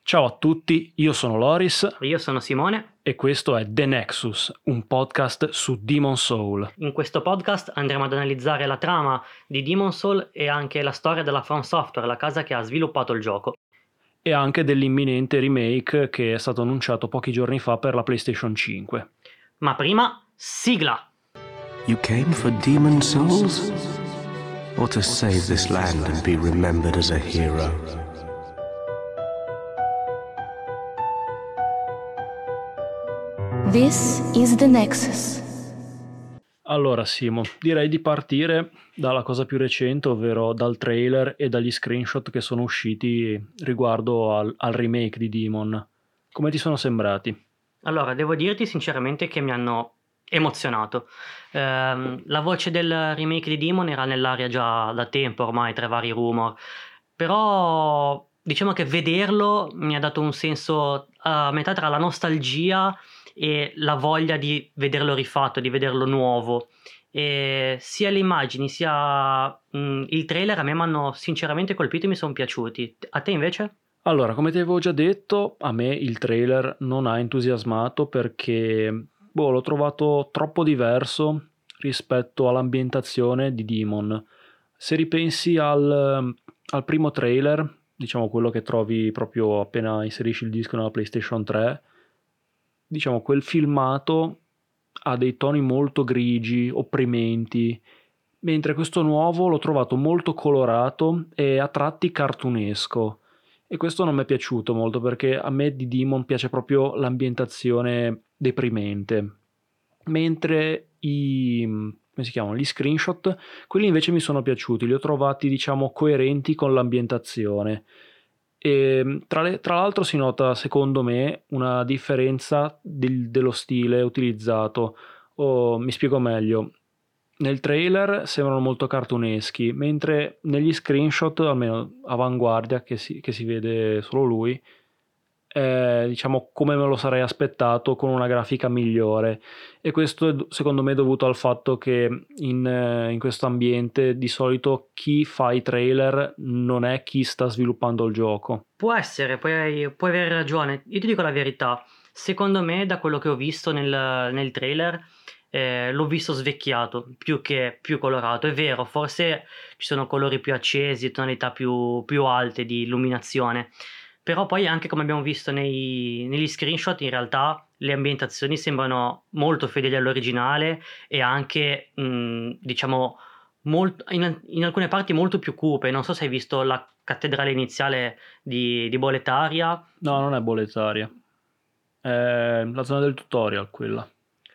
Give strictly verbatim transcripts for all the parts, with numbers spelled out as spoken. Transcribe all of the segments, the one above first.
Ciao a tutti, io sono Loris Io sono Simone. e questo è The Nexus, un podcast su Demon Soul. In questo podcast andremo ad analizzare la trama di Demon Soul e anche la storia della From Software, la casa che ha sviluppato il gioco. E anche dell'imminente remake che è stato annunciato pochi giorni fa per la PlayStation cinque. Ma prima, sigla! You came for Demon Souls? Or to save this land and be remembered as a hero? This is the Nexus. Allora Simo, direi di partire dalla cosa più recente, ovvero dal trailer e dagli screenshot che sono usciti riguardo al, al remake di Demon. Come ti sono sembrati? Allora, devo dirti sinceramente che mi hanno emozionato. Ehm, la voce del remake di Demon era nell'aria già da tempo ormai, tra vari rumor, però diciamo che vederlo mi ha dato un senso a metà tra la nostalgia e la voglia di vederlo rifatto, di vederlo nuovo. E sia le immagini sia mh, il trailer a me mi hanno sinceramente colpito e mi sono piaciuti. A te invece? Allora, come ti avevo già detto, a me il trailer non ha entusiasmato perché boh, l'ho trovato troppo diverso rispetto all'ambientazione di Demon. Se ripensi al, al primo trailer, diciamo quello che trovi proprio appena inserisci il disco nella PlayStation tre, diciamo quel filmato ha dei toni molto grigi, opprimenti, mentre questo nuovo l'ho trovato molto colorato e a tratti cartunesco. E questo non mi è piaciuto molto perché a me di Demon piace proprio l'ambientazione deprimente. Mentre i, come si chiamano, gli screenshot, quelli invece mi sono piaciuti, li ho trovati diciamo coerenti con l'ambientazione. E tra, le, tra l'altro si nota secondo me una differenza del- dello stile utilizzato. Oh, mi spiego meglio. Nel trailer sembrano molto cartuneschi, mentre negli screenshot, almeno avanguardia, che si, che si vede solo lui, è diciamo come me lo sarei aspettato con una grafica migliore. E questo è do- secondo me dovuto al fatto che in, eh, in questo ambiente di solito chi fa i trailer non è chi sta sviluppando il gioco. Può essere, puoi, puoi avere ragione. Io ti dico la verità. Secondo me, da quello che ho visto nel, nel trailer, eh, l'ho visto svecchiato più che più colorato. È vero, forse ci sono colori più accesi, tonalità più, più alte di illuminazione. Però poi, anche come abbiamo visto nei- negli screenshot, in realtà le ambientazioni sembrano molto fedeli all'originale e anche, mh, diciamo, molt- in, in alcune parti molto più cupe. Non so se hai visto la cattedrale iniziale di, di Boletaria. No, non è boletaria. È la zona del tutorial quella.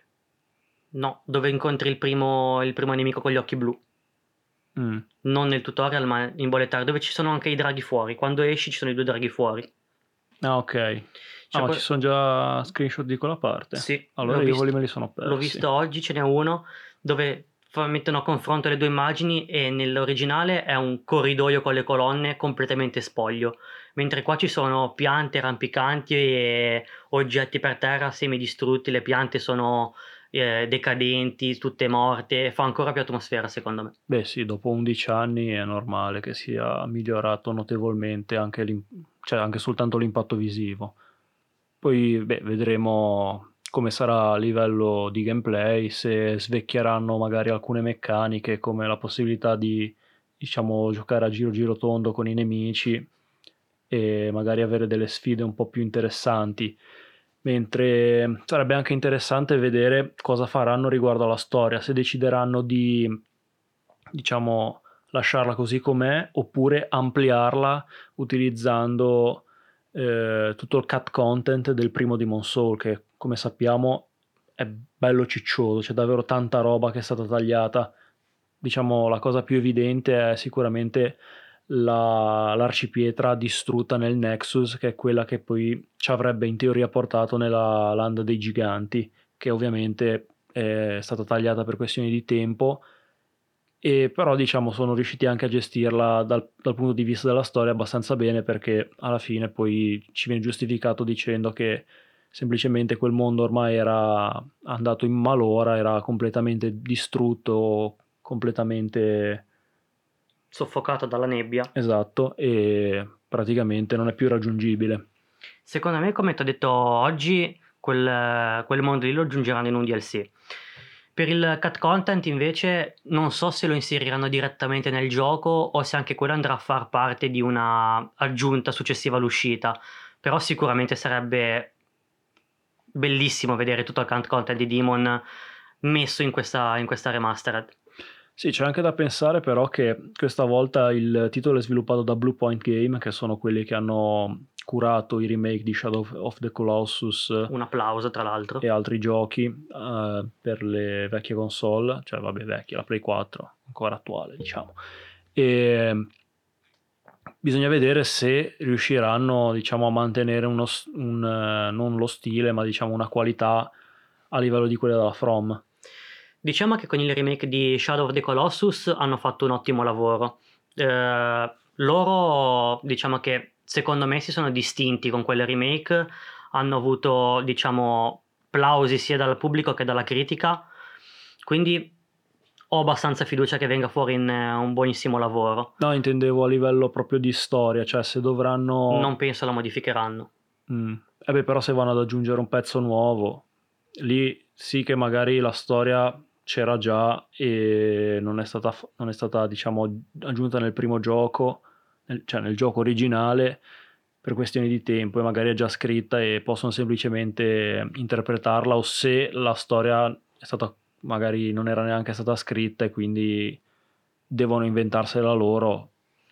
No, dove incontri il primo, il primo nemico con gli occhi blu. Mm. Non nel tutorial, ma in Boletaria, dove ci sono anche i draghi fuori. Quando esci ci sono i due draghi fuori. Ah, ok. Ah, Cioè, ma que- ci sono già screenshot di quella parte? Sì, Allora l'ho io visto, quelli me li sono persi. l'ho visto oggi, ce n'è uno dove fa- mettono a confronto le due immagini e nell'originale è un corridoio con le colonne completamente spoglio, mentre qua ci sono piante rampicanti e oggetti per terra semidistrutti, le piante sono eh, decadenti, tutte morte, fa ancora più atmosfera secondo me. Beh sì, dopo undici anni è normale che sia migliorato notevolmente anche, l'im- cioè anche soltanto l'impatto visivo. Poi beh, vedremo come sarà a livello di gameplay, se svecchieranno magari alcune meccaniche come la possibilità di diciamo giocare a giro giro tondo con i nemici e magari avere delle sfide un po' più interessanti. Mentre sarebbe anche interessante vedere cosa faranno riguardo alla storia, se decideranno di diciamo lasciarla così com'è oppure ampliarla utilizzando eh, tutto il cut content del primo Demon Soul che come sappiamo è bello ciccioso, c'è davvero tanta roba che è stata tagliata. Diciamo la cosa più evidente è sicuramente la- l'arcipietra distrutta nel Nexus, che è quella che poi ci avrebbe in teoria portato nella Landa dei Giganti, che ovviamente è stata tagliata per questioni di tempo, e però diciamo sono riusciti anche a gestirla dal, dal punto di vista della storia abbastanza bene, perché alla fine poi ci viene giustificato dicendo che semplicemente quel mondo ormai era andato in malora, era completamente distrutto, completamente Soffocato dalla nebbia. esatto, e praticamente non è più raggiungibile. Secondo me, come ti ho detto oggi, quel, quel mondo lì lo aggiungeranno in un D L C. Per il cut content invece non so se lo inseriranno direttamente nel gioco o se anche quello andrà a far parte di una aggiunta successiva all'uscita, però sicuramente sarebbe bellissimo vedere tutto il cut content di Demon messo in questa, in questa remastered. Sì, c'è anche da pensare però che questa volta il titolo è sviluppato da Blue Point Game, che sono quelli che hanno curato i remake di Shadow of the Colossus Un applauso, tra l'altro. e altri giochi eh, per le vecchie console, cioè vabbè vecchie, la Play quattro, ancora attuale diciamo. E bisogna vedere se riusciranno, diciamo, a mantenere uno, s- un, eh, non lo stile, ma diciamo una qualità a livello di quella della From. Diciamo che con il remake di Shadow of the Colossus hanno fatto un ottimo lavoro. Eh, loro, diciamo che secondo me si sono distinti con quel remake, hanno avuto, diciamo, plausi sia dal pubblico che dalla critica, quindi ho abbastanza fiducia che venga fuori in eh, un buonissimo lavoro. No, intendevo a livello proprio di storia, cioè se dovranno... Non penso la modificheranno. Mm. Eh beh, però se vanno ad aggiungere un pezzo nuovo, lì sì che magari la storia c'era già e non è stata, f- non è stata diciamo, aggiunta nel primo gioco, nel- cioè nel gioco originale, per questioni di tempo e magari è già scritta e possono semplicemente interpretarla, o se la storia è stata, magari non era neanche stata scritta e quindi devono inventarsela loro.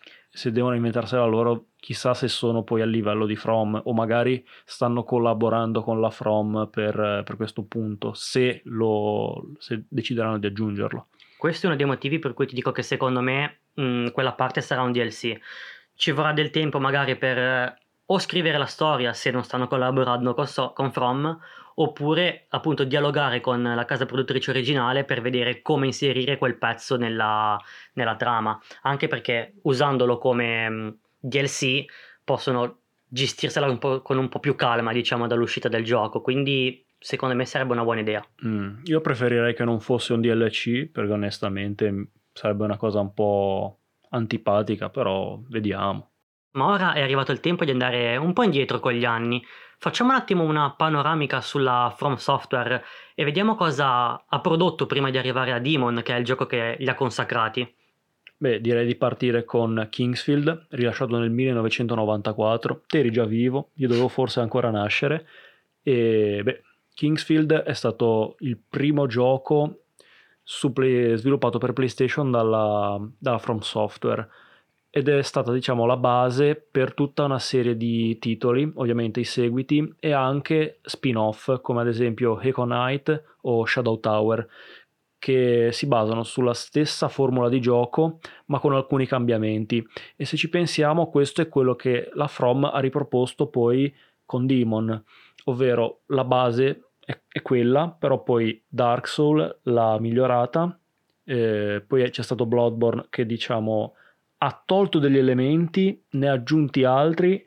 Se devono inventarsela loro, chissà se sono poi a livello di From o magari stanno collaborando con la From per, per questo punto, se, lo, se decideranno di aggiungerlo. Questo è uno dei motivi per cui ti dico che secondo me mh, quella parte sarà un D L C. Ci vorrà del tempo magari per eh, o scrivere la storia se non stanno collaborando con, so- con From, oppure appunto dialogare con la casa produttrice originale per vedere come inserire quel pezzo nella, nella trama. Anche perché usandolo come mh, D L C possono gestirsela un po' con un po' più calma, diciamo, dall'uscita del gioco. Quindi secondo me sarebbe una buona idea. Mm, io preferirei che non fosse un D L C perché onestamente mm, sarebbe una cosa un po' antipatica, però vediamo. Ma ora è arrivato il tempo di andare un po' indietro con gli anni. Facciamo un attimo una panoramica sulla From Software e vediamo cosa ha prodotto prima di arrivare a Demon, che è il gioco che li ha consacrati. Beh, direi di partire con Kingsfield, rilasciato nel millenovecentonovantaquattro. Te eri già vivo, io dovevo forse ancora nascere. E beh, Kingsfield è stato il primo gioco su Play- sviluppato per PlayStation dalla, dalla From Software ed è stata, diciamo, la base per tutta una serie di titoli, ovviamente i seguiti e anche spin-off come ad esempio Echo Knight o Shadow Tower, che si basano sulla stessa formula di gioco ma con alcuni cambiamenti. E se ci pensiamo, questo è quello che la From ha riproposto poi con Demon, ovvero la base è, è quella, però poi Dark Souls l'ha migliorata, eh, poi c'è stato Bloodborne che diciamo ha tolto degli elementi, ne ha aggiunti altri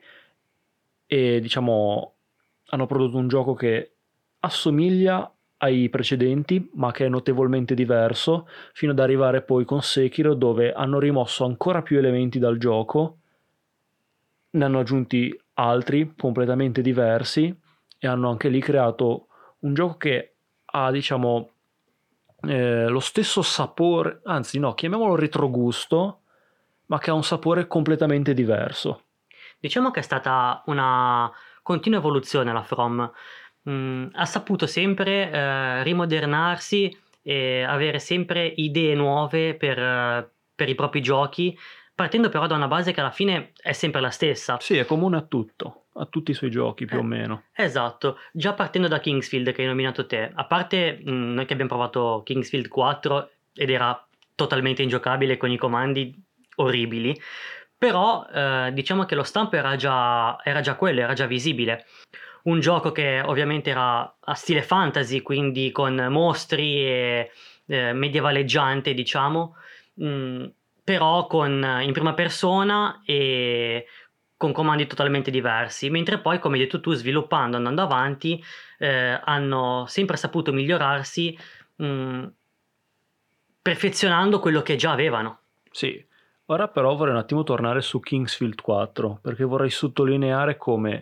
e diciamo hanno prodotto un gioco che assomiglia ai precedenti ma che è notevolmente diverso, fino ad arrivare poi con Sekiro dove hanno rimosso ancora più elementi dal gioco, ne hanno aggiunti altri completamente diversi e hanno anche lì creato un gioco che ha diciamo eh, lo stesso sapore, anzi no, chiamiamolo retrogusto, ma che ha un sapore completamente diverso. Diciamo che è stata una continua evoluzione la From. Mm, ha saputo sempre eh, rimodernarsi e avere sempre idee nuove per, eh, per i propri giochi, partendo però da una base che alla fine è sempre la stessa. Sì, è comune a tutto, a tutti i suoi giochi più Eh, o meno. Esatto, già partendo da Kingsfield che hai nominato te, a parte mh, noi che abbiamo provato Kingsfield quattro ed era totalmente ingiocabile con i comandi orribili, però eh, diciamo che lo stampo era già, era già quello, era già visibile. Un gioco che ovviamente era a stile fantasy, quindi con mostri e eh, medievaleggiante, diciamo, mh, però con, in prima persona e con comandi totalmente diversi, mentre poi, come hai detto tu, sviluppando, andando avanti, eh, hanno sempre saputo migliorarsi, mh, perfezionando quello che già avevano. Sì, ora però vorrei un attimo tornare su Kingsfield quattro, perché vorrei sottolineare come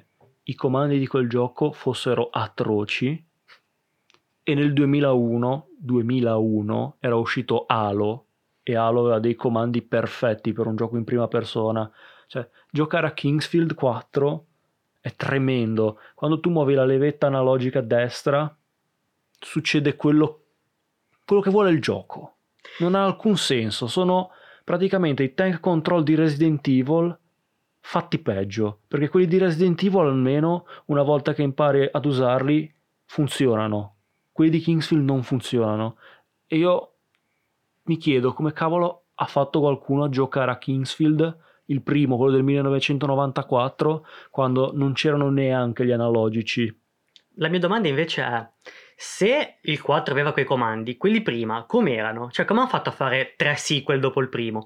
i comandi di quel gioco fossero atroci, e nel duemilauno, duemilauno era uscito Halo, e Halo aveva dei comandi perfetti per un gioco in prima persona. Cioè, giocare a Kingsfield quattro è tremendo. Quando tu muovi la levetta analogica a destra, succede quello, quello che vuole il gioco. Non ha alcun senso. Sono praticamente i tank control di Resident Evil fatti peggio, perché quelli di Resident Evil almeno una volta che impari ad usarli funzionano. Quelli di Kingsfield non funzionano, e io mi chiedo come cavolo ha fatto qualcuno a giocare a Kingsfield, il primo, quello del millenovecentonovantaquattro, quando non c'erano neanche gli analogici. La mia domanda invece è: se il quattro aveva quei comandi, quelli prima com'erano? Cioè, come hanno fatto a fare tre sequel dopo il primo?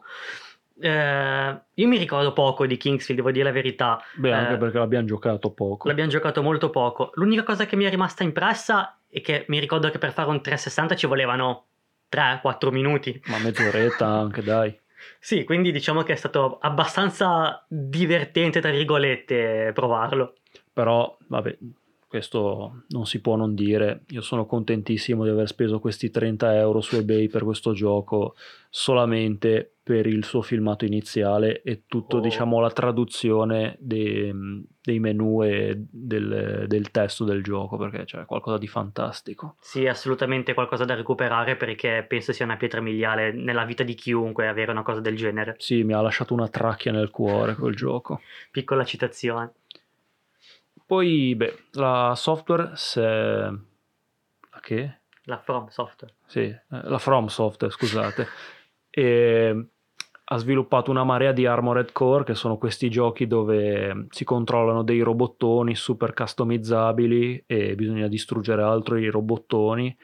Eh, io mi ricordo poco di Kingsfield, devo dire la verità. Beh, anche Eh, perché l'abbiamo giocato poco. L'abbiamo giocato molto poco. L'unica cosa che mi è rimasta impressa è che mi ricordo che per fare un trecentosessanta ci volevano tre quattro minuti. Ma mezz'oretta anche, dai. Sì, quindi diciamo che è stato abbastanza divertente, tra virgolette, provarlo. Però, vabbè, questo non si può non dire. Io sono contentissimo di aver speso questi trenta euro su eBay per questo gioco, solamente per il suo filmato iniziale e tutto, Oh. diciamo, la traduzione dei, dei menu e del, del testo del gioco, perché c'è qualcosa di fantastico. Sì, è assolutamente qualcosa da recuperare, perché penso sia una pietra miliare nella vita di chiunque avere una cosa del genere. Sì, mi ha lasciato una tracchia nel cuore quel gioco. Piccola citazione. Poi, beh, la software, se... La che? La From Software. Sì, eh, la From Software, scusate. E ha sviluppato una marea di Armored Core, che sono questi giochi dove si controllano dei robottoni super customizzabili e bisogna distruggere altri robottoni,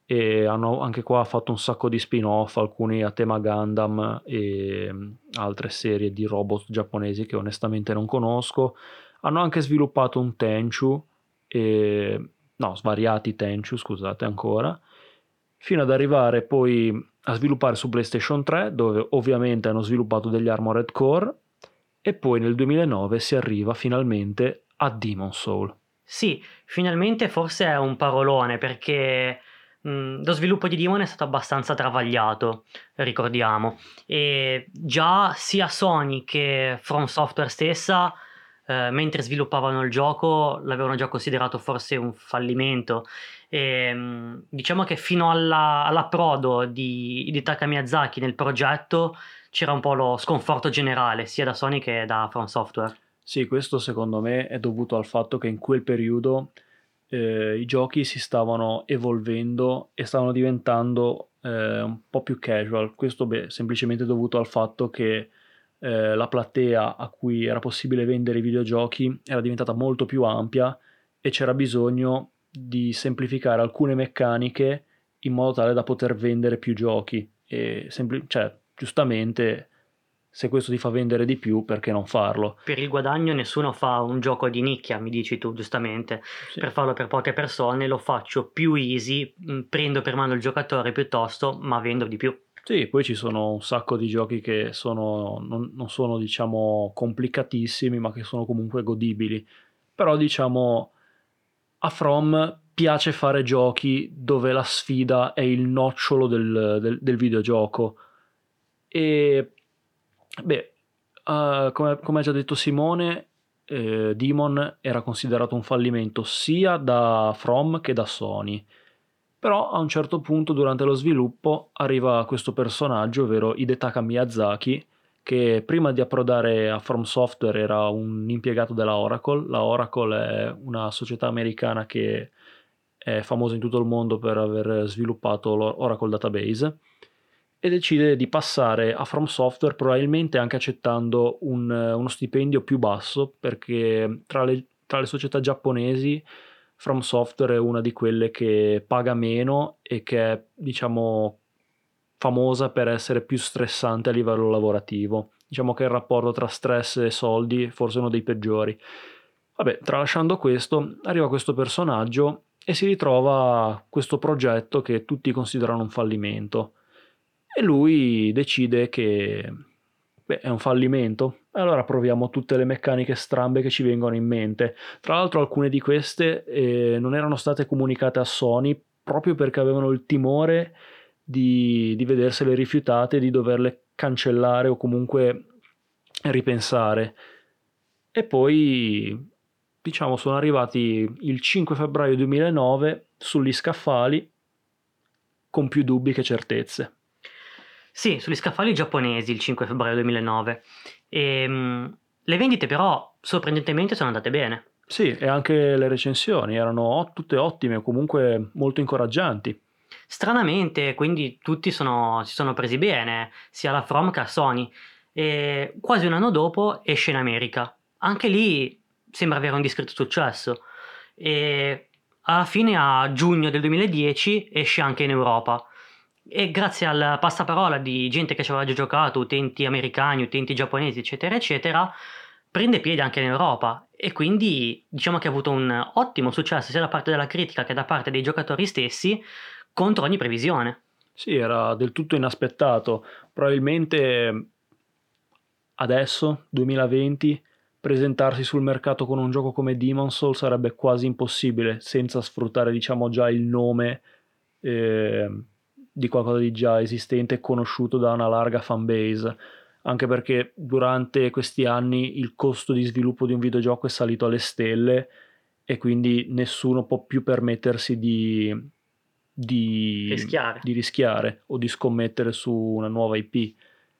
e hanno anche qua fatto un sacco di spin-off, alcuni a tema Gundam e altre serie di robot giapponesi che onestamente non conosco. Hanno anche sviluppato un Tenchu, e... no, svariati Tenchu, scusate ancora, fino ad arrivare poi a sviluppare su PlayStation tre, dove ovviamente hanno sviluppato degli Armored Core, e poi nel duemilanove si arriva finalmente a Demon's Soul. Sì, finalmente forse è un parolone, perché mh, lo sviluppo di Demon è stato abbastanza travagliato, ricordiamo, e già sia Sony che From Software stessa, eh, mentre sviluppavano il gioco, l'avevano già considerato forse un fallimento. E, mh, diciamo che fino alla, all'approdo di Hidetaka Miyazaki nel progetto c'era un po' lo sconforto generale, sia da Sony che da From Software. Sì, questo secondo me è dovuto al fatto che in quel periodo eh, i giochi si stavano evolvendo e stavano diventando eh, un po' più casual. Questo, beh, semplicemente dovuto al fatto che eh, la platea a cui era possibile vendere i videogiochi era diventata molto più ampia, e c'era bisogno di semplificare alcune meccaniche in modo tale da poter vendere più giochi. E sempli- cioè, giustamente, se questo ti fa vendere di più, perché non farlo? Per il guadagno nessuno fa un gioco di nicchia, mi dici tu giustamente. Sì. Per farlo per poche persone lo faccio più easy, mh, prendo per mano il giocatore piuttosto, ma vendo di più. Sì, poi ci sono un sacco di giochi che sono, non, non sono, diciamo, complicatissimi, ma che sono comunque godibili. Però, diciamo, a From piace fare giochi dove la sfida è il nocciolo del, del, del videogioco. E, beh, uh, come, come ha già detto Simone, eh, Demon era considerato un fallimento sia da From che da Sony. Però a un certo punto durante lo sviluppo arriva questo personaggio, ovvero Hidetaka Miyazaki, che prima di approdare a From Software era un impiegato della Oracle. La Oracle è una società americana che è famosa in tutto il mondo per aver sviluppato l'Oracle Database, e decide di passare a From Software, probabilmente anche accettando un, uno stipendio più basso, perché tra le, tra le società giapponesi From Software è una di quelle che paga meno e che è, diciamo, famosa per essere più stressante a livello lavorativo. Diciamo che il rapporto tra stress e soldi è forse uno dei peggiori. Vabbè, tralasciando questo, arriva questo personaggio e si ritrova questo progetto che tutti considerano un fallimento. E lui decide che, beh, è un fallimento, allora proviamo tutte le meccaniche strambe che ci vengono in mente. Tra l'altro alcune di queste eh, non erano state comunicate a Sony proprio perché avevano il timore di, di vedersele rifiutate, di doverle cancellare o comunque ripensare. E poi, diciamo, sono arrivati il cinque febbraio duemilanove sugli scaffali con più dubbi che certezze. Sì, sugli scaffali giapponesi il cinque febbraio duemilanove. E, mh, le vendite però sorprendentemente sono andate bene. Sì, e anche le recensioni erano o- tutte ottime o comunque molto incoraggianti. Stranamente, quindi tutti sono- si sono presi bene, sia la From che la Sony. E quasi un anno dopo esce in America. Anche lì sembra avere un discreto successo. E alla fine, a giugno del duemiladieci, esce anche in Europa. E grazie al passaparola di gente che ci aveva già giocato, utenti americani, utenti giapponesi, eccetera, eccetera, prende piede anche in Europa. E quindi diciamo che ha avuto un ottimo successo sia da parte della critica che da parte dei giocatori stessi, contro ogni previsione. Sì, era del tutto inaspettato. Probabilmente adesso, duemilaventi, presentarsi sul mercato con un gioco come Demon's Souls sarebbe quasi impossibile senza sfruttare, diciamo, già il nome eh, di qualcosa di già esistente e conosciuto da una larga fanbase. Anche perché durante questi anni il costo di sviluppo di un videogioco è salito alle stelle e quindi nessuno può più permettersi di, di, Rischiare. di rischiare o di scommettere su una nuova I P.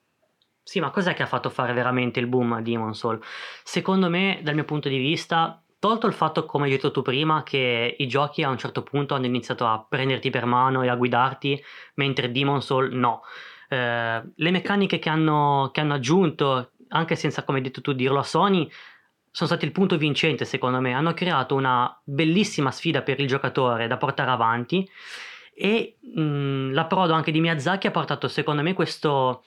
Sì, ma cos'è che ha fatto fare veramente il boom a Demon's Souls? Secondo me, dal mio punto di vista, tolto il fatto, come hai detto tu prima, che i giochi a un certo punto hanno iniziato a prenderti per mano e a guidarti, mentre Demon's Souls no. Eh, le meccaniche che hanno, che hanno aggiunto, anche senza, come hai detto tu, dirlo a Sony, sono stati il punto vincente, secondo me. Hanno creato una bellissima sfida per il giocatore da portare avanti e mh, l'approdo anche di Miyazaki ha portato, secondo me, questo...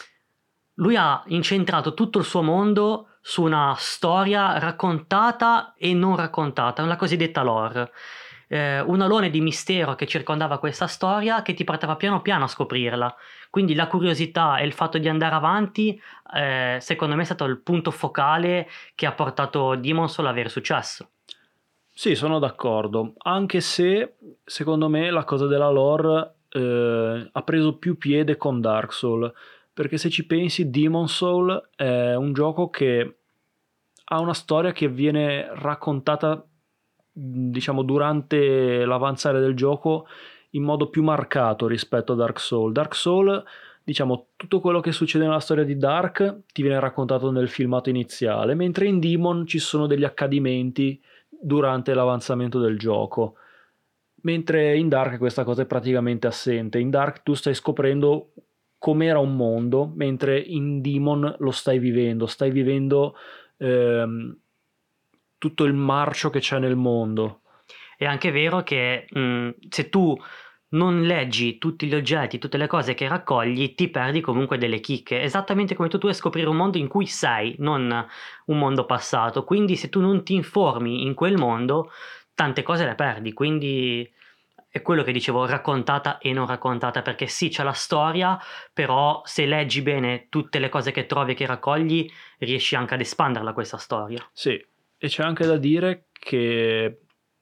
Lui ha incentrato tutto il suo mondo su una storia raccontata e non raccontata, la cosiddetta lore. Eh, un alone di mistero che circondava questa storia che ti portava piano piano a scoprirla. Quindi la curiosità e il fatto di andare avanti, eh, secondo me, è stato il punto focale che ha portato Demon's Souls ad avere successo. Sì, sono d'accordo, anche se secondo me la cosa della lore eh, ha preso più piede con Dark Souls, perché se ci pensi Demon's Souls è un gioco che ha una storia che viene raccontata, diciamo, durante l'avanzare del gioco in modo più marcato rispetto a Dark Souls. Dark Souls, diciamo, tutto quello che succede nella storia di Dark ti viene raccontato nel filmato iniziale, mentre in Demon ci sono degli accadimenti durante l'avanzamento del gioco. Mentre in Dark questa cosa è praticamente assente. In Dark tu stai scoprendo com'era un mondo, mentre in Demon lo stai vivendo, stai vivendo ehm, tutto il marcio che c'è nel mondo. È anche vero che mh, se tu non leggi tutti gli oggetti, tutte le cose che raccogli, ti perdi comunque delle chicche. Esattamente come tu, tu vuoi scoprire un mondo in cui sei, non un mondo passato. Quindi se tu non ti informi in quel mondo, tante cose le perdi. Quindi è quello che dicevo, raccontata e non raccontata, perché sì, c'è la storia, però se leggi bene tutte le cose che trovi e che raccogli, riesci anche ad espanderla questa storia. Sì, e c'è anche da dire che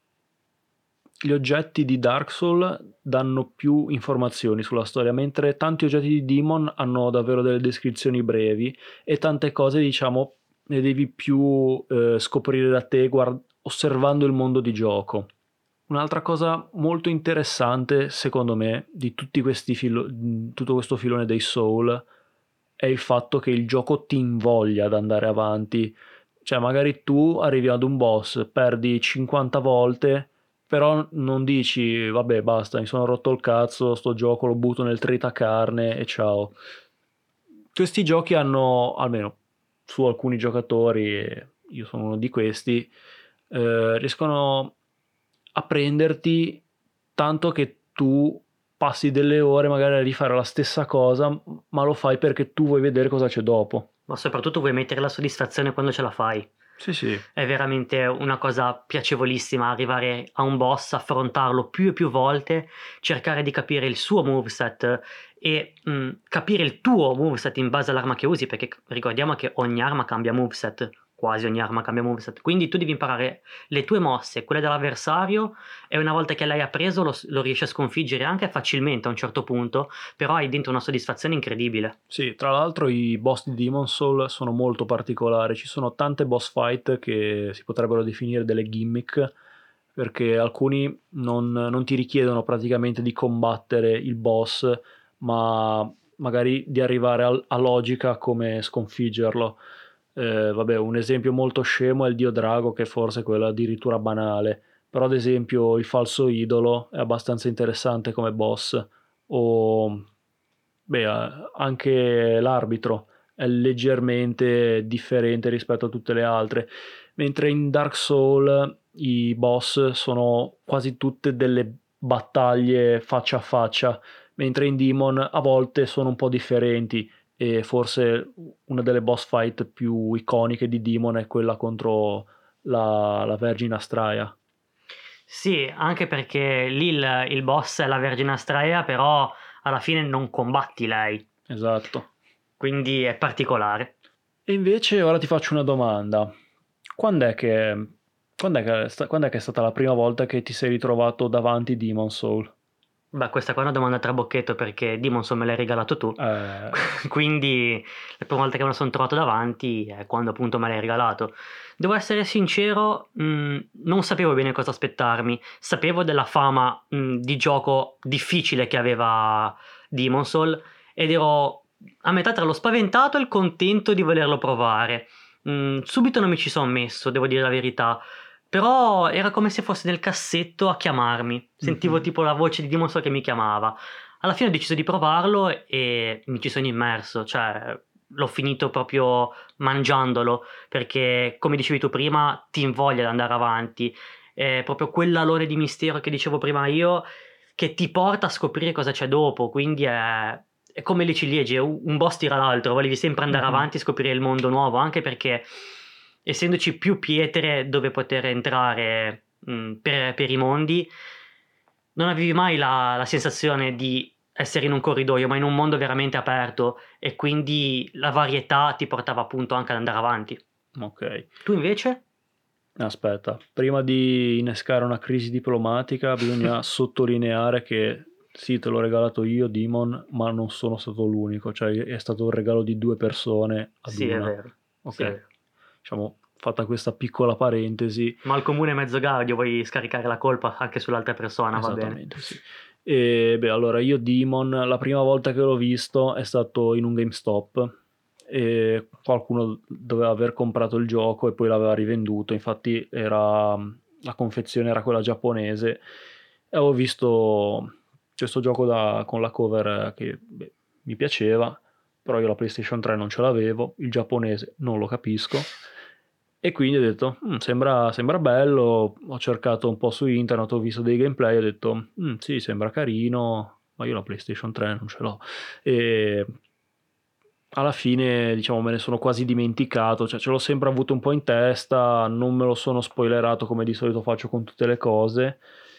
gli oggetti di Dark Souls danno più informazioni sulla storia, mentre tanti oggetti di Demon hanno davvero delle descrizioni brevi e tante cose, diciamo, ne devi più eh, scoprire da te guard- osservando il mondo di gioco. Un'altra cosa molto interessante, secondo me, di tutti questi filo- tutto questo filone dei Soul è il fatto che il gioco ti invoglia ad andare avanti. Cioè, magari tu arrivi ad un boss, perdi cinquanta volte, però non dici, vabbè, basta, mi sono rotto il cazzo, sto gioco lo butto nel tritacarne e ciao. Questi giochi hanno, almeno su alcuni giocatori, e io sono uno di questi, eh, riescono a prenderti tanto che tu passi delle ore magari a rifare la stessa cosa, ma lo fai perché tu vuoi vedere cosa c'è dopo. Ma soprattutto vuoi mettere la soddisfazione quando ce la fai. Sì, sì. È veramente una cosa piacevolissima arrivare a un boss, affrontarlo più e più volte, cercare di capire il suo moveset e mh, capire il tuo moveset in base all'arma che usi, perché ricordiamo che ogni arma cambia moveset, quasi ogni arma cambia moveset, quindi tu devi imparare le tue mosse, quelle dell'avversario, e una volta che l'hai appreso lo, lo riesci a sconfiggere anche facilmente a un certo punto, però hai dentro una soddisfazione incredibile. Sì, tra l'altro i boss di Demon Soul sono molto particolari, ci sono tante boss fight che si potrebbero definire delle gimmick, perché alcuni non, non ti richiedono praticamente di combattere il boss, ma magari di arrivare al- a logica come sconfiggerlo. Eh, vabbè, un esempio molto scemo è il dio drago, che forse è quello addirittura banale, però ad esempio il falso idolo è abbastanza interessante come boss, o beh, eh, anche l'arbitro è leggermente differente rispetto a tutte le altre, mentre in Dark Soul i boss sono quasi tutte delle battaglie faccia a faccia, mentre in Demon a volte sono un po' differenti, e forse una delle boss fight più iconiche di Demon è quella contro la, la Vergine Astraea. Sì, anche perché lì il, il boss è la Vergine Astraea, però alla fine non combatti lei, Esatto. quindi è particolare. E invece ora ti faccio una domanda. Quando è che, quando è che, è sta- quando è che è stata la prima volta che ti sei ritrovato davanti Demon Soul? Beh, questa qua è una domanda a trabocchetto perché Demon Soul me l'hai regalato tu, Eh, quindi la prima volta che me lo sono trovato davanti è quando appunto me l'hai regalato. Devo essere sincero, mh, non sapevo bene cosa aspettarmi, sapevo della fama mh, di gioco difficile che aveva Demon Soul ed ero a metà tra lo spaventato e il contento di volerlo provare. Mm, subito non mi ci sono messo, devo dire la verità. Però era come se fosse nel cassetto a chiamarmi. Sentivo Mhm. tipo la voce di Demon Soul che mi chiamava. Alla fine ho deciso di provarlo e mi ci sono immerso. Cioè, l'ho finito proprio mangiandolo. Perché, come dicevi tu prima, ti invoglia ad andare avanti. È proprio quell'alone di mistero che dicevo prima io, che ti porta a scoprire cosa c'è dopo. Quindi è, è come le ciliegie, un un boss tira l'altro. Volevi sempre andare Mhm. avanti e scoprire il mondo nuovo. Anche perché essendoci più pietre dove poter entrare mh, per, per i mondi, non avevi mai la, la sensazione di essere in un corridoio, ma in un mondo veramente aperto e quindi la varietà ti portava appunto anche ad andare avanti. Ok. Tu invece? Aspetta, prima di innescare una crisi diplomatica bisogna sottolineare che sì, te l'ho regalato io, Demon, ma non sono stato l'unico, cioè è stato un regalo di due persone ad Sì, è una. vero. Sì, è Ok, vero. diciamo, fatta questa piccola parentesi. Ma al comune mezzo gaudio vuoi scaricare la colpa anche sull'altra persona, va bene. Esattamente, sì. E beh, allora io Demon, la prima volta che l'ho visto è stato in un GameStop, e qualcuno doveva aver comprato il gioco e poi l'aveva rivenduto, infatti era, la confezione era quella giapponese, e avevo visto questo gioco da- con la cover che beh, mi piaceva, però io la PlayStation tre non ce l'avevo, il giapponese non lo capisco, e quindi ho detto, "Mm, sembra, sembra bello", ho cercato un po' su internet, ho visto dei gameplay, ho detto, "Mm, sì, sembra carino", ma io la PlayStation tre non ce l'ho. E alla fine, diciamo, me ne sono quasi dimenticato, cioè ce l'ho sempre avuto un po' in testa, non me lo sono spoilerato come di solito faccio con tutte le cose.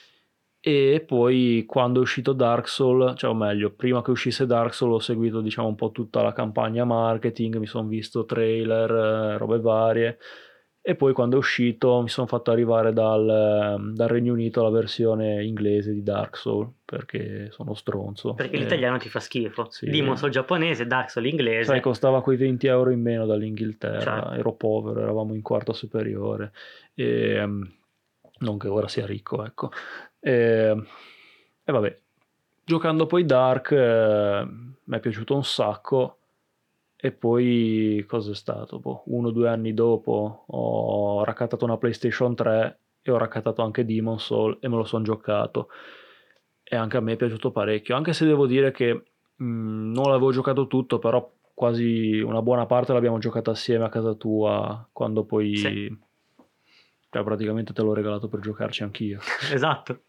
E poi quando è uscito Dark Soul, cioè o meglio, prima che uscisse Dark Soul ho seguito diciamo un po' tutta la campagna marketing, mi sono visto trailer, eh, robe varie, e poi quando è uscito mi sono fatto arrivare dal, ehm, dal Regno Unito la versione inglese di Dark Soul, perché sono stronzo. Perché E, l'italiano ti fa schifo. sì, Demon Soul giapponese, Dark Soul sai, inglese. costava quei venti euro in meno dall'Inghilterra, Certo. ero povero, eravamo in quarta superiore, e, ehm, non che ora sia ricco, ecco. E, e vabbè, giocando poi Dark, eh, mi è piaciuto un sacco, e poi cosa è stato? Boh, uno o due anni dopo ho raccattato una PlayStation tre e ho raccattato anche Demon Soul e me lo sono giocato, e anche a me è piaciuto parecchio, anche se devo dire che mh, non l'avevo giocato tutto, però quasi una buona parte l'abbiamo giocata assieme a casa tua, quando Sì, poi, cioè, praticamente te l'ho regalato per giocarci anch'io. esatto.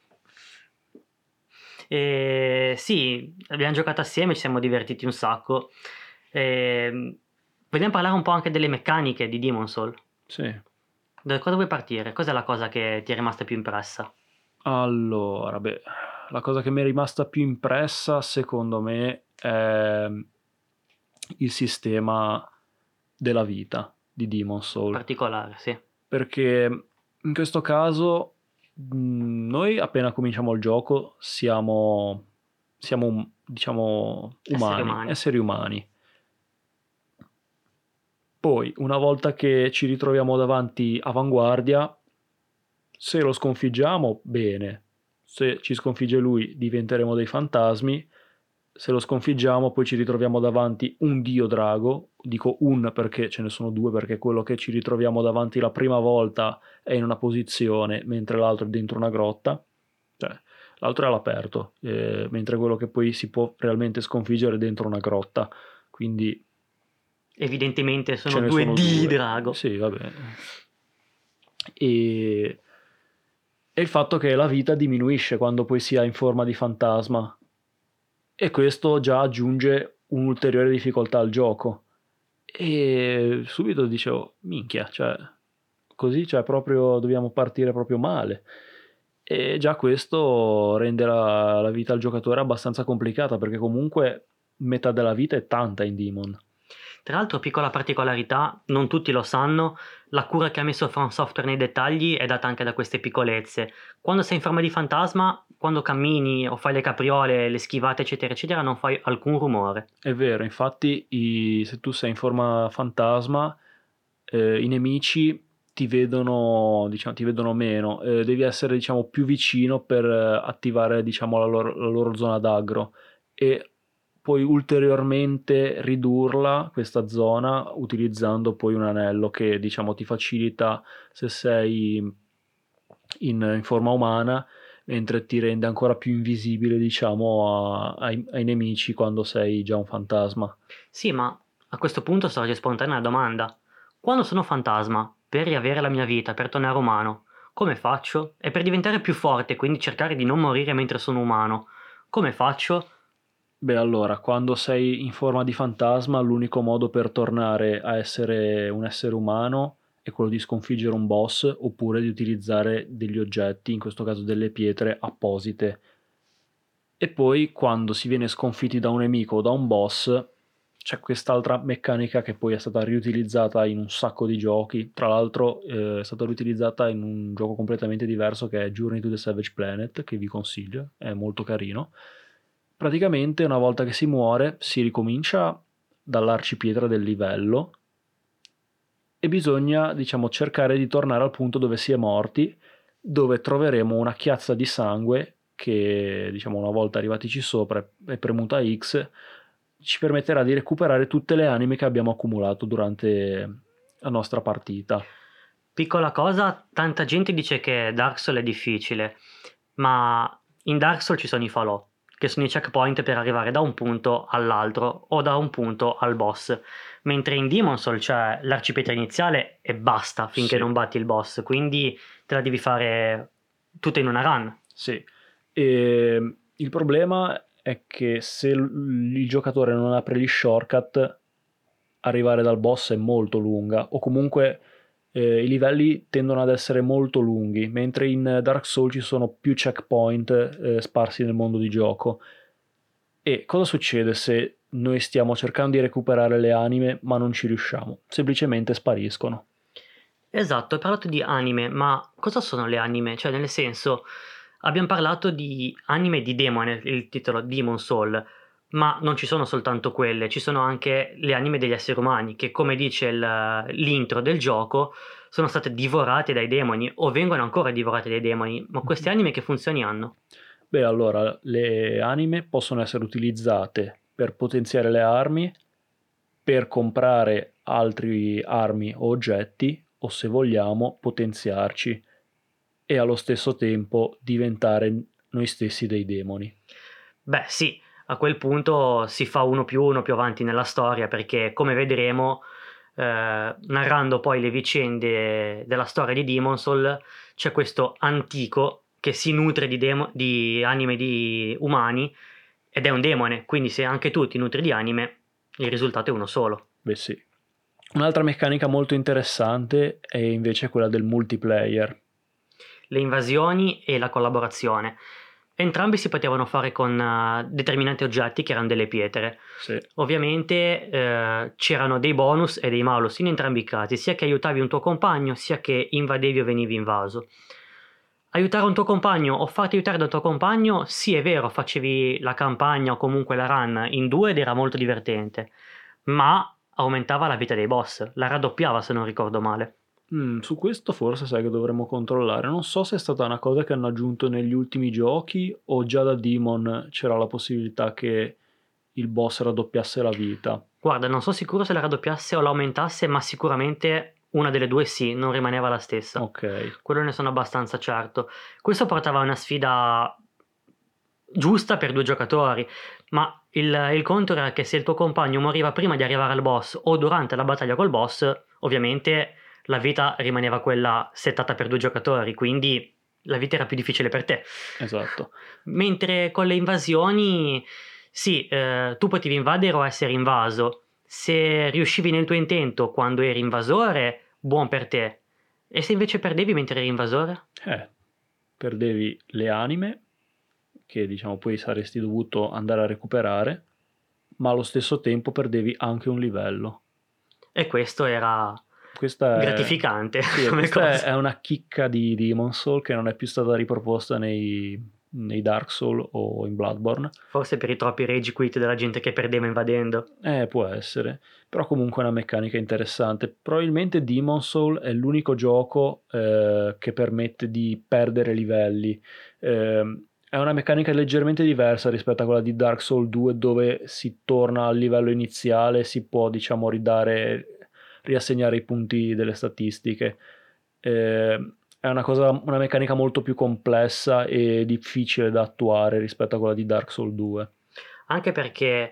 E sì, abbiamo giocato assieme, ci siamo divertiti un sacco. E, vogliamo parlare un po' anche delle meccaniche di Demon Soul. Sì. Da cosa vuoi partire? Cos'è la cosa che ti è rimasta più impressa? Allora, beh, la cosa che mi è rimasta più impressa, secondo me, è il sistema della vita di Demon's Soul. Particolare, sì. Perché in questo caso mh, noi appena cominciamo il gioco siamo, siamo um- diciamo Esseri umani, umani. esseri umani. Poi, una volta che ci ritroviamo davanti Avanguardia, se lo sconfiggiamo, bene. Se ci sconfigge lui, diventeremo dei fantasmi. Se lo sconfiggiamo, poi ci ritroviamo davanti un dio drago. Dico un perché ce ne sono due, perché quello che ci ritroviamo davanti la prima volta è in una posizione, mentre l'altro è dentro una grotta. Cioè, l'altro è all'aperto, eh, mentre quello che poi si può realmente sconfiggere è dentro una grotta. Quindi Evidentemente ce sono ne due sono di due. drago. Sì, vabbè. E... e il fatto che la vita diminuisce quando poi si ha in forma di fantasma. E questo già aggiunge un'ulteriore difficoltà al gioco. E subito dicevo, minchia, cioè, così cioè, proprio dobbiamo partire proprio male. E già questo rende la, la vita al giocatore abbastanza complicata, perché comunque metà della vita è tanta in Demon. Tra l'altro, piccola particolarità, non tutti lo sanno, la cura che ha messo From Software nei dettagli è data anche da queste piccolezze. Quando sei in forma di fantasma, quando cammini o fai le capriole, le schivate, eccetera, eccetera, non fai alcun rumore. È vero, infatti i- se tu sei in forma fantasma, eh, i nemici ti vedono, diciamo, ti vedono meno, eh, devi essere diciamo, più vicino per eh, attivare diciamo, la loro, la loro zona d'aggro e puoi ulteriormente ridurla questa zona utilizzando poi un anello che diciamo, ti facilita se sei in, in forma umana, mentre ti rende ancora più invisibile diciamo, a- ai, ai nemici quando sei già un fantasma. Sì, ma a questo punto sorge spontanea una domanda. Quando sono fantasma, per riavere la mia vita, per tornare umano, come faccio? E per diventare più forte, quindi cercare di non morire mentre sono umano, come faccio? Beh, allora, quando sei in forma di fantasma, l'unico modo per tornare a essere un essere umano è quello di sconfiggere un boss oppure di utilizzare degli oggetti, in questo caso delle pietre apposite. E poi, quando si viene sconfitti da un nemico o da un boss, c'è quest'altra meccanica che poi è stata riutilizzata in un sacco di giochi. Tra l'altro, eh, è stata riutilizzata in un gioco completamente diverso che è Journey to the Savage Planet, che vi consiglio, è molto carino. Praticamente una volta che si muore si ricomincia dall'arcipietra del livello e bisogna, diciamo, cercare di tornare al punto dove si è morti, dove troveremo una chiazza di sangue che, diciamo, una volta arrivatici sopra e premuta X, ci permetterà di recuperare tutte le anime che abbiamo accumulato durante la nostra partita. Piccola cosa, tanta gente dice che Dark Souls è difficile, ma in Dark Souls ci sono i falò, che sono i checkpoint per arrivare da un punto all'altro o da un punto al boss, mentre in Demon Souls c'è l'arcipietra iniziale e basta finché Sì. non batti il boss, quindi te la devi fare tutta in una run. Sì, e il problema è che se l- il giocatore non apre gli shortcut, arrivare dal boss è molto lunga, o comunque eh, i livelli tendono ad essere molto lunghi, mentre in Dark Souls ci sono più checkpoint eh, sparsi nel mondo di gioco. E cosa succede se noi stiamo cercando di recuperare le anime ma non ci riusciamo? Semplicemente spariscono. Esatto, hai parlato di anime, ma cosa sono le anime? Cioè, nel senso, abbiamo parlato di anime di demone, il titolo Demon Soul, ma non ci sono soltanto quelle, ci sono anche le anime degli esseri umani, che come dice il- l'intro del gioco, sono state divorate dai demoni o vengono ancora divorate dai demoni, ma queste anime che funzioni hanno? Beh, allora, le anime possono essere utilizzate per potenziare le armi, per comprare altri armi o oggetti, o se vogliamo potenziarci e allo stesso tempo diventare noi stessi dei demoni. Beh, sì, a quel punto si fa uno più uno più avanti nella storia, perché come vedremo, eh, narrando poi le vicende della storia di Demon Soul, c'è questo antico che si nutre di, demo- di anime di umani ed è un demone, quindi se anche tu ti nutri di anime, il risultato è uno solo. Beh sì, Un'altra meccanica molto interessante è invece quella del multiplayer. Le invasioni e la collaborazione. Entrambi si potevano fare con uh, determinati oggetti che erano delle pietre. Sì. Ovviamente eh, c'erano dei bonus e dei malus in entrambi i casi, sia che aiutavi un tuo compagno, sia che invadevi o venivi invaso. Aiutare un tuo compagno o farti aiutare dal tuo compagno, sì è vero, facevi la campagna o comunque la run in due ed era molto divertente, ma aumentava la vita dei boss, la raddoppiava se non ricordo male. Mm, su questo forse sai che dovremmo controllare. Non so se è stata una cosa che hanno aggiunto negli ultimi giochi o già da Demon c'era la possibilità che il boss raddoppiasse la vita. Guarda, non sono sicuro se la raddoppiasse o l'aumentasse, ma sicuramente una delle due sì, non rimaneva la stessa. Ok. Quello ne sono abbastanza certo. Questo portava a una sfida giusta per due giocatori, ma il, il contro era che se il tuo compagno moriva prima di arrivare al boss o durante la battaglia col boss, ovviamente la vita rimaneva quella settata per due giocatori, quindi la vita era più difficile per te. Esatto. Mentre con le invasioni, sì, eh, tu potevi invadere o essere invaso. Se riuscivi nel tuo intento quando eri invasore, buon per te. E se invece perdevi mentre eri invasore? Eh, perdevi le anime, che diciamo poi saresti dovuto andare a recuperare, ma allo stesso tempo perdevi anche un livello. E questo era Questa è, gratificante sì, come questa è- cosa. è una chicca di Demon Soul che non è più stata riproposta nei, nei Dark Soul o in Bloodborne. Forse per i troppi rage quit della gente che perdeva invadendo. Eh, può essere, però comunque è una meccanica interessante. Probabilmente Demon Soul è l'unico gioco eh, che permette di perdere livelli. Ehm, è una meccanica leggermente diversa rispetto a quella di Dark Souls due, dove si torna al livello iniziale, si può, diciamo, ridare, riassegnare i punti delle statistiche. Ehm, è una cosa, una meccanica molto più complessa e difficile da attuare rispetto a quella di Dark Souls due. Anche perché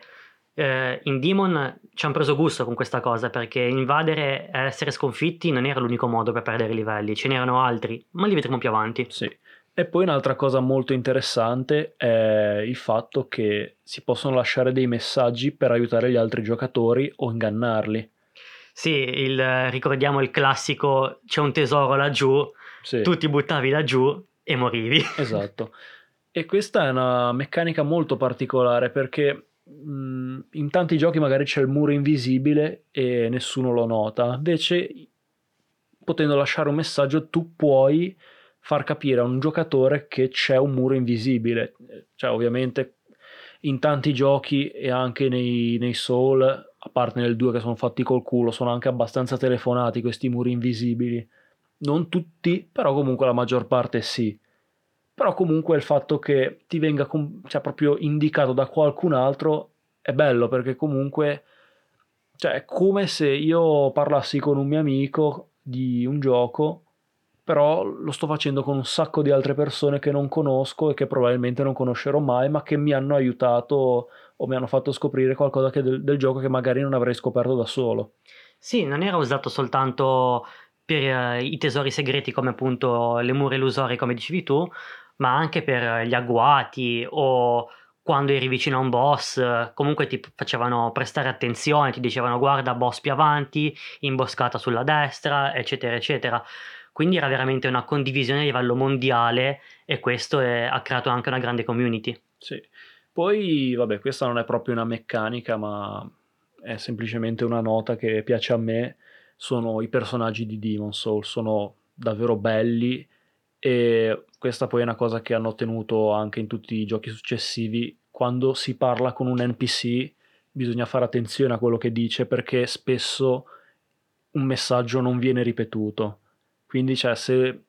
eh, in Demon ci hanno preso gusto con questa cosa, perché invadere e essere sconfitti non era l'unico modo per perdere livelli, ce n'erano altri, ma li vedremo più avanti. Sì. E poi un'altra cosa molto interessante è il fatto che si possono lasciare dei messaggi per aiutare gli altri giocatori o ingannarli. Sì, il, ricordiamo il classico c'è un tesoro laggiù, Sì, tu ti buttavi laggiù e morivi. esatto. E questa è una meccanica molto particolare perché mh, in tanti giochi magari c'è il muro invisibile e nessuno lo nota. Invece, potendo lasciare un messaggio, tu puoi far capire a un giocatore che c'è un muro invisibile. Cioè, ovviamente, in tanti giochi e anche nei, nei Soul, a parte nel due che sono fatti col culo, sono anche abbastanza telefonati questi muri invisibili. Non tutti, però comunque la maggior parte sì. Però comunque il fatto che ti venga com- cioè, proprio indicato da qualcun altro è bello, perché comunque, cioè, è come se io parlassi con un mio amico di un gioco, però lo sto facendo con un sacco di altre persone che non conosco e che probabilmente non conoscerò mai, ma che mi hanno aiutato o mi hanno fatto scoprire qualcosa che del, del gioco che magari non avrei scoperto da solo. Sì, non era usato soltanto per eh, i tesori segreti come appunto le mura illusorie come dicevi tu, ma anche per gli agguati o quando eri vicino a un boss, eh, comunque ti facevano prestare attenzione, ti dicevano guarda boss più avanti, imboscata sulla destra, eccetera, eccetera. Quindi era veramente una condivisione a livello mondiale e questo è- ha creato anche una grande community. Sì. Poi, vabbè, questa non è proprio una meccanica, ma è semplicemente una nota che piace a me. Sono i personaggi di Demon Soul, sono davvero belli e questa poi è una cosa che hanno tenuto anche in tutti i giochi successivi. Quando si parla con un N P C bisogna fare attenzione a quello che dice perché spesso un messaggio non viene ripetuto. Quindi, cioè, se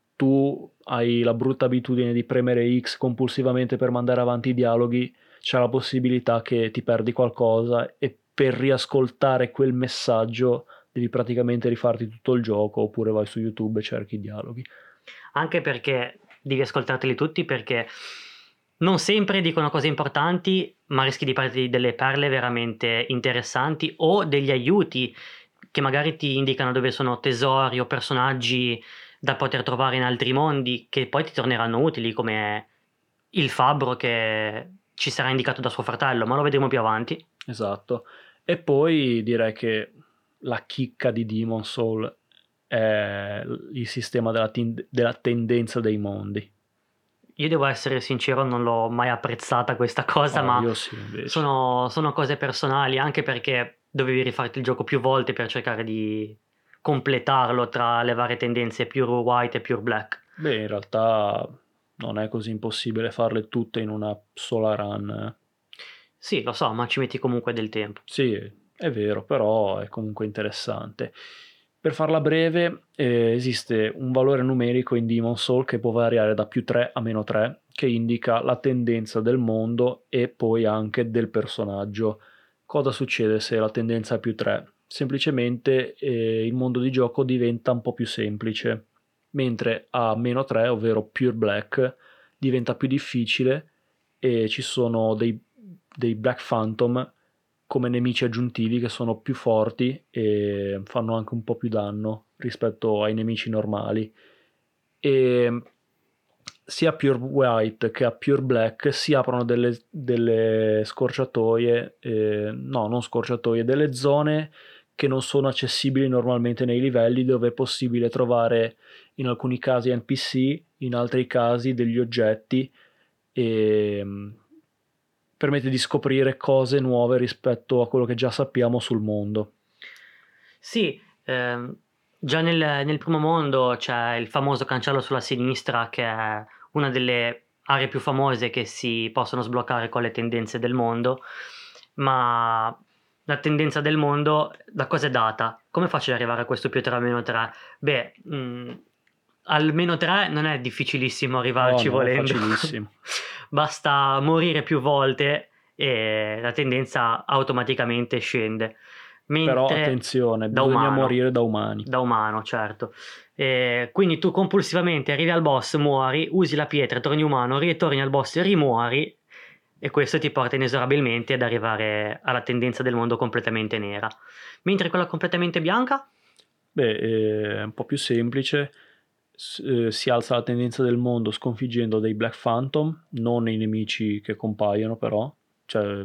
tu hai la brutta abitudine di premere X compulsivamente per mandare avanti i dialoghi, c'è la possibilità che ti perdi qualcosa e per riascoltare quel messaggio devi praticamente rifarti tutto il gioco oppure vai su YouTube e cerchi i dialoghi. Anche perché devi ascoltarteli tutti perché non sempre dicono cose importanti, ma rischi di perderti delle perle veramente interessanti o degli aiuti che magari ti indicano dove sono tesori o personaggi da poter trovare in altri mondi che poi ti torneranno utili, come il fabbro che ci sarà indicato da suo fratello, ma lo vedremo più avanti. Esatto. E poi direi che la chicca di Demon Soul è il sistema della, tin- della tendenza dei mondi. Io devo essere sincero, non l'ho mai apprezzata questa cosa, Oh, ma io sì, invece. sono, sono cose personali, anche perché dovevi rifarti il gioco più volte per cercare di completarlo tra le varie tendenze pure white e pure black. Beh, in realtà non è così impossibile farle tutte in una sola run. eh. Sì, lo so, ma ci metti comunque del tempo. Sì, è vero, però è comunque interessante. Per farla breve, eh, esiste un valore numerico in Demon Soul che può variare da più tre a meno tre, che indica la tendenza del mondo e poi anche del personaggio. Cosa succede se la tendenza è più tre? Semplicemente eh, il mondo di gioco diventa un po' più semplice, mentre a meno tre, ovvero Pure Black, diventa più difficile e ci sono dei, dei Black Phantom come nemici aggiuntivi che sono più forti e fanno anche un po' più danno rispetto ai nemici normali. E sia a Pure White che a Pure Black si aprono delle, delle scorciatoie, eh, no, non scorciatoie, delle zone che non sono accessibili normalmente nei livelli, dove è possibile trovare in alcuni casi N P C, in altri casi degli oggetti, e mm, permette di scoprire cose nuove rispetto a quello che già sappiamo sul mondo. Sì, ehm, già nel, nel primo mondo c'è il famoso cancello sulla sinistra, che è una delle aree più famose che si possono sbloccare con le tendenze del mondo, ma la tendenza del mondo da cosa è data? Come faccio ad arrivare a questo più tre a meno tre? Beh, mh, al meno tre non è difficilissimo arrivarci Oh no, volendo. facilissimo. Basta morire più volte e la tendenza automaticamente scende. Però Mentre attenzione, da bisogna umano, morire da umani. da umano, certo. Eh, quindi tu compulsivamente arrivi al boss, muori, usi la pietra, torni umano, ritorni al boss e rimuori, e questo ti porta inesorabilmente ad arrivare alla tendenza del mondo completamente nera. Mentre quella completamente bianca? Beh, è un po' più semplice. S- eh, si alza la tendenza del mondo sconfiggendo dei Black Phantom, non i nemici che compaiono però, cioè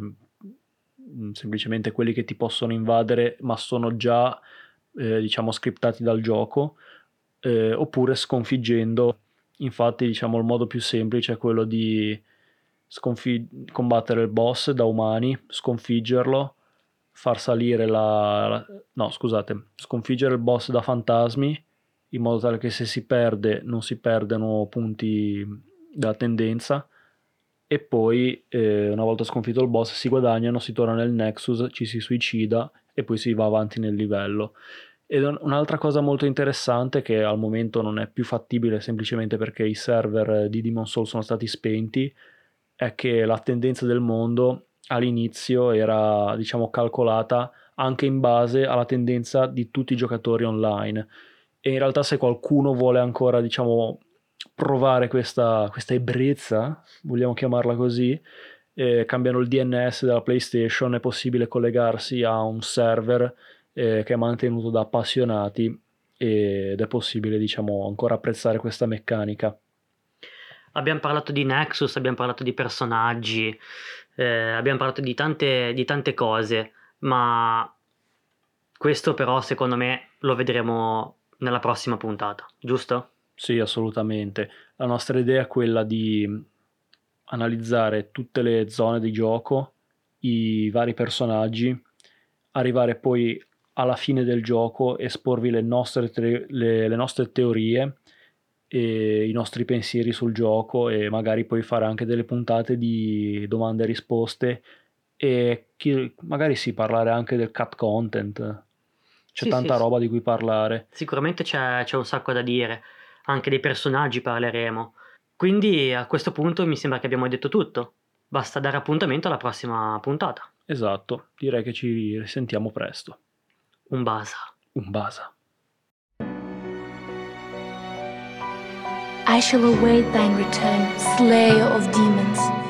mm, semplicemente quelli che ti possono invadere ma sono già eh, diciamo scriptati dal gioco, eh, oppure sconfiggendo. Infatti diciamo il modo più semplice è quello di sconfig- combattere il boss da umani, sconfiggerlo, far salire la, la- no scusate, sconfiggere il boss da fantasmi, in modo tale che se si perde non si perdono punti della tendenza, e poi eh, una volta sconfitto il boss si guadagnano, si torna nel Nexus, ci si suicida e poi si va avanti nel livello. Ed un- un'altra cosa molto interessante, che al momento non è più fattibile semplicemente perché i server di Demon Soul sono stati spenti, è che la tendenza del mondo all'inizio era, diciamo, calcolata anche in base alla tendenza di tutti i giocatori online. E in realtà se qualcuno vuole ancora, diciamo, provare questa, questa ebbrezza, vogliamo chiamarla così, eh, cambiano il D N S della PlayStation, è possibile collegarsi a un server eh, che è mantenuto da appassionati, ed è possibile, diciamo, ancora apprezzare questa meccanica. Abbiamo parlato di Nexus, abbiamo parlato di personaggi, eh, abbiamo parlato di tante, di tante cose, ma questo però secondo me lo vedremo nella prossima puntata, giusto? Sì, assolutamente. La nostra idea è quella di analizzare tutte le zone di gioco, i vari personaggi, arrivare poi alla fine del gioco, esporvi le nostre, te- le, le nostre teorie e i nostri pensieri sul gioco, e magari poi fare anche delle puntate di domande e risposte, e chi- magari sì, parlare anche del cut content. C'è Sì, sì, tanta sì. roba di cui parlare. Sicuramente c'è, c'è un sacco da dire, anche dei personaggi parleremo. Quindi a questo punto mi sembra che abbiamo detto tutto. Basta dare appuntamento alla prossima puntata. Esatto, direi che ci risentiamo presto. Un basa. Un basa. I shall await thine return, slayer of demons.